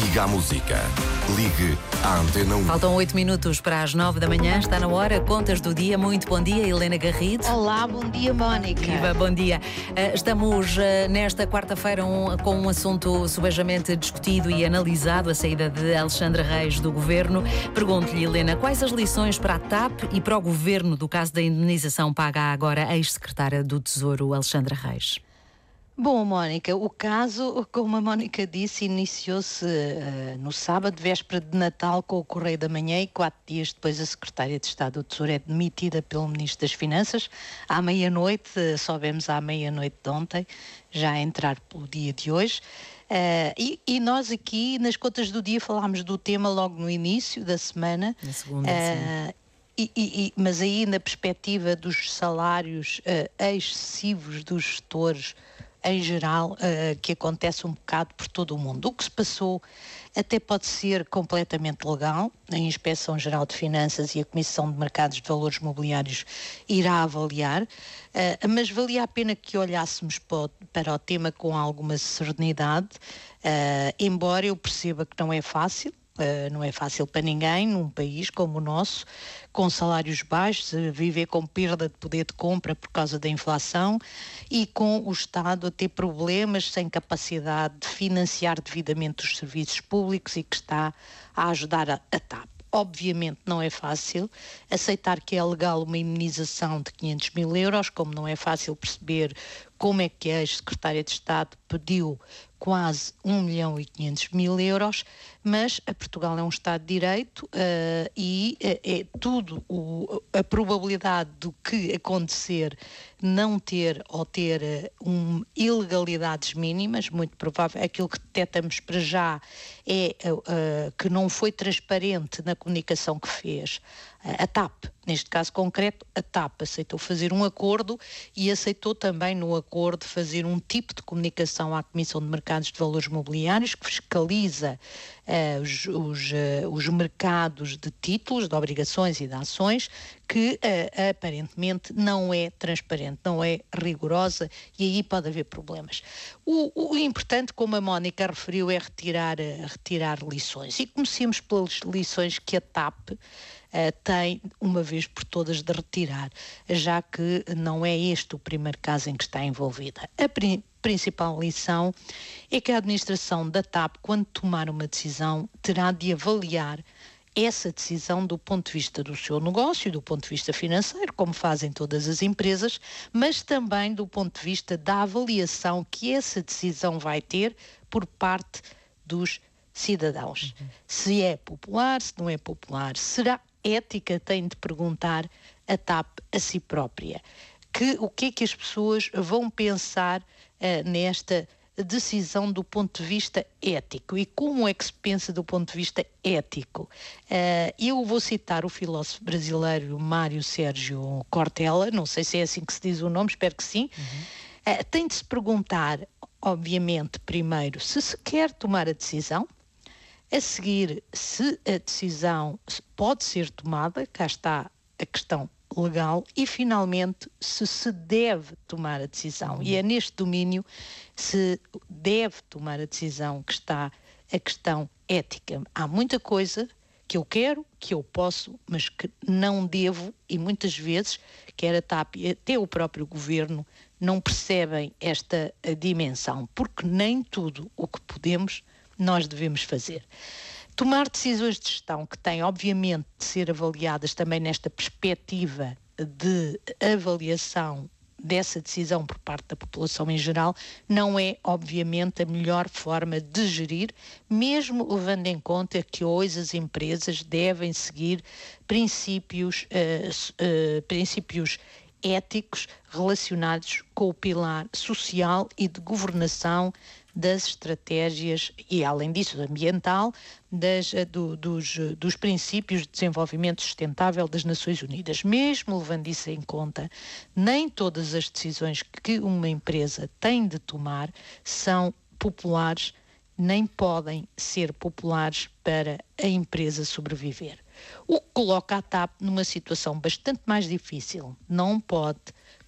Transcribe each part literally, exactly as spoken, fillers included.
Liga à música. Ligue à Antena um. Faltam oito minutos para as nove da manhã. Está na hora. Contas do dia. Muito bom dia, Helena Garrido. Olá, bom dia, Mónica. Viva, bom dia. Estamos nesta quarta-feira um, com um assunto subejamente discutido e analisado, a saída de Alexandre Reis do Governo. Pergunto-lhe, Helena, quais as lições para a T A P e para o Governo do caso da indemnização paga agora a ex-secretária do Tesouro, Alexandre Reis? Bom, Mónica, o caso, como a Mónica disse, iniciou-se uh, no sábado, véspera de Natal, com o Correio da Manhã, e quatro dias depois a Secretária de Estado do Tesouro é demitida pelo Ministro das Finanças. À meia-noite, uh, soubemos à meia-noite de ontem, já a entrar pelo dia de hoje. Uh, e, e nós aqui, nas contas do dia, falámos do tema logo no início da semana. Na segunda, uh, sim. E, e, mas aí na perspectiva dos salários uh, excessivos dos gestores em geral, uh, que acontece um bocado por todo o mundo. O que se passou até pode ser completamente legal. A Inspeção-Geral de Finanças e a Comissão de Mercados de Valores Mobiliários irá avaliar, uh, mas valia a pena que olhássemos para o, para o tema com alguma serenidade, uh, embora eu perceba que não é fácil. Uh, não é fácil para ninguém, num país como o nosso, com salários baixos, uh, viver com perda de poder de compra por causa da inflação e com o Estado a ter problemas, sem capacidade de financiar devidamente os serviços públicos e que está a ajudar a, a T A P. Obviamente não é fácil aceitar que é legal uma indemnização de quinhentos mil euros, como não é fácil perceber como é que a ex-secretária de Estado pediu quase um milhão e quinhentos mil euros, mas a Portugal é um Estado de Direito uh, e uh, é tudo o, a probabilidade do que acontecer não ter ou ter uh, um, ilegalidades mínimas, muito provável. Aquilo que detectamos para já é uh, uh, que não foi transparente na comunicação que fez a T A P. Neste caso concreto, a T A P aceitou fazer um acordo e aceitou também no acordo fazer um tipo de comunicação à Comissão de Mercados de Valores Mobiliários que fiscaliza uh, os, os, uh, os mercados de títulos, de obrigações e de ações, que uh, aparentemente não é transparente, não é rigorosa e aí pode haver problemas. O, o importante, como a Mónica referiu, é retirar, uh, retirar lições. E comecemos pelas lições que a T A P Uh, tem, uma vez por todas, de retirar, já que não é este o primeiro caso em que está envolvida. A pri- principal lição é que a administração da T A P, quando tomar uma decisão, terá de avaliar essa decisão do ponto de vista do seu negócio, do ponto de vista financeiro, como fazem todas as empresas, mas também do ponto de vista da avaliação que essa decisão vai ter por parte dos cidadãos. Uhum. Se é popular, se não é popular, será ética, tem de perguntar a T A P a si própria. Que, o que é que as pessoas vão pensar uh, nesta decisão do ponto de vista ético e como é que se pensa do ponto de vista ético? Uh, eu vou citar o filósofo brasileiro Mário Sérgio Cortella, não sei se é assim que se diz o nome, espero que sim. Uhum. Uh, tem de se perguntar, obviamente, primeiro, se se quer tomar a decisão. A seguir, se a decisão pode ser tomada, cá está a questão legal, e finalmente, se se deve tomar a decisão. Uhum. E é neste domínio, se deve tomar a decisão, que está a questão ética. Há muita coisa que eu quero, que eu posso, mas que não devo, e muitas vezes, quer a T A P e até o próprio Governo, não percebem esta dimensão, porque nem tudo o que podemos nós devemos fazer. Tomar decisões de gestão que têm, obviamente, de ser avaliadas também nesta perspectiva de avaliação dessa decisão por parte da população em geral, não é, obviamente, a melhor forma de gerir, mesmo levando em conta que hoje as empresas devem seguir princípios, uh, uh, princípios éticos relacionados com o pilar social e de governação das estratégias e, além disso, ambiental, das, do, dos, dos princípios de desenvolvimento sustentável das Nações Unidas. Mesmo levando isso em conta, nem todas as decisões que uma empresa tem de tomar são populares, nem podem ser populares para a empresa sobreviver. O que coloca a T A P numa situação bastante mais difícil. Não pode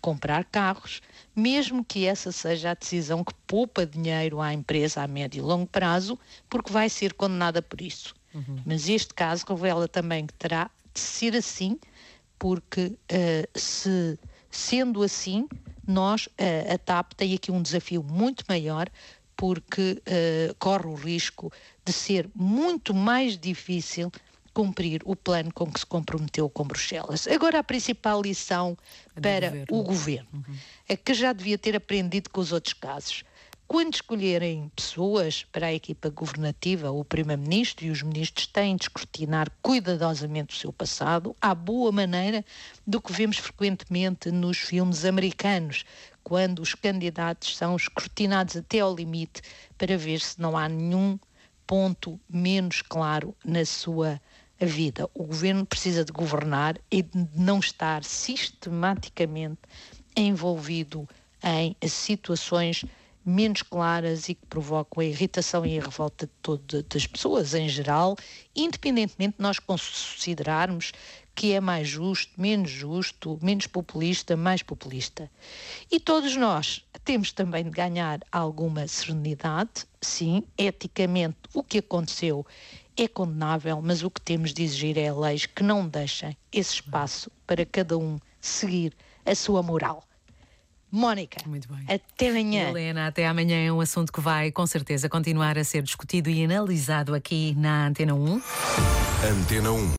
comprar carros, mesmo que essa seja a decisão que poupa dinheiro à empresa a médio e longo prazo, porque vai ser condenada por isso. Uhum. Mas este caso revela também que terá de ser assim, porque uh, se, sendo assim, nós, uh, a TAP tem aqui um desafio muito maior, porque uh, corre o risco de ser muito mais difícil cumprir o plano com que se comprometeu com Bruxelas. Agora, a principal lição para governo. o governo uhum. é que já devia ter aprendido com os outros casos. Quando escolherem pessoas para a equipa governativa, o Primeiro-Ministro e os ministros têm de escrutinar cuidadosamente o seu passado, à boa maneira do que vemos frequentemente nos filmes americanos, quando os candidatos são escrutinados até ao limite para ver se não há nenhum ponto menos claro na sua vida. O governo precisa de governar e de não estar sistematicamente envolvido em situações menos claras e que provocam a irritação e a revolta de todas as pessoas em geral, independentemente de nós considerarmos que é mais justo, menos justo, menos populista, mais populista. E todos nós temos também de ganhar alguma serenidade. Sim, eticamente o que aconteceu é condenável, mas o que temos de exigir é leis que não deixem esse espaço para cada um seguir a sua moral. Mónica, muito bem. Até amanhã. Helena, até amanhã é um assunto que vai, com certeza, continuar a ser discutido e analisado aqui na Antena um. Antena um.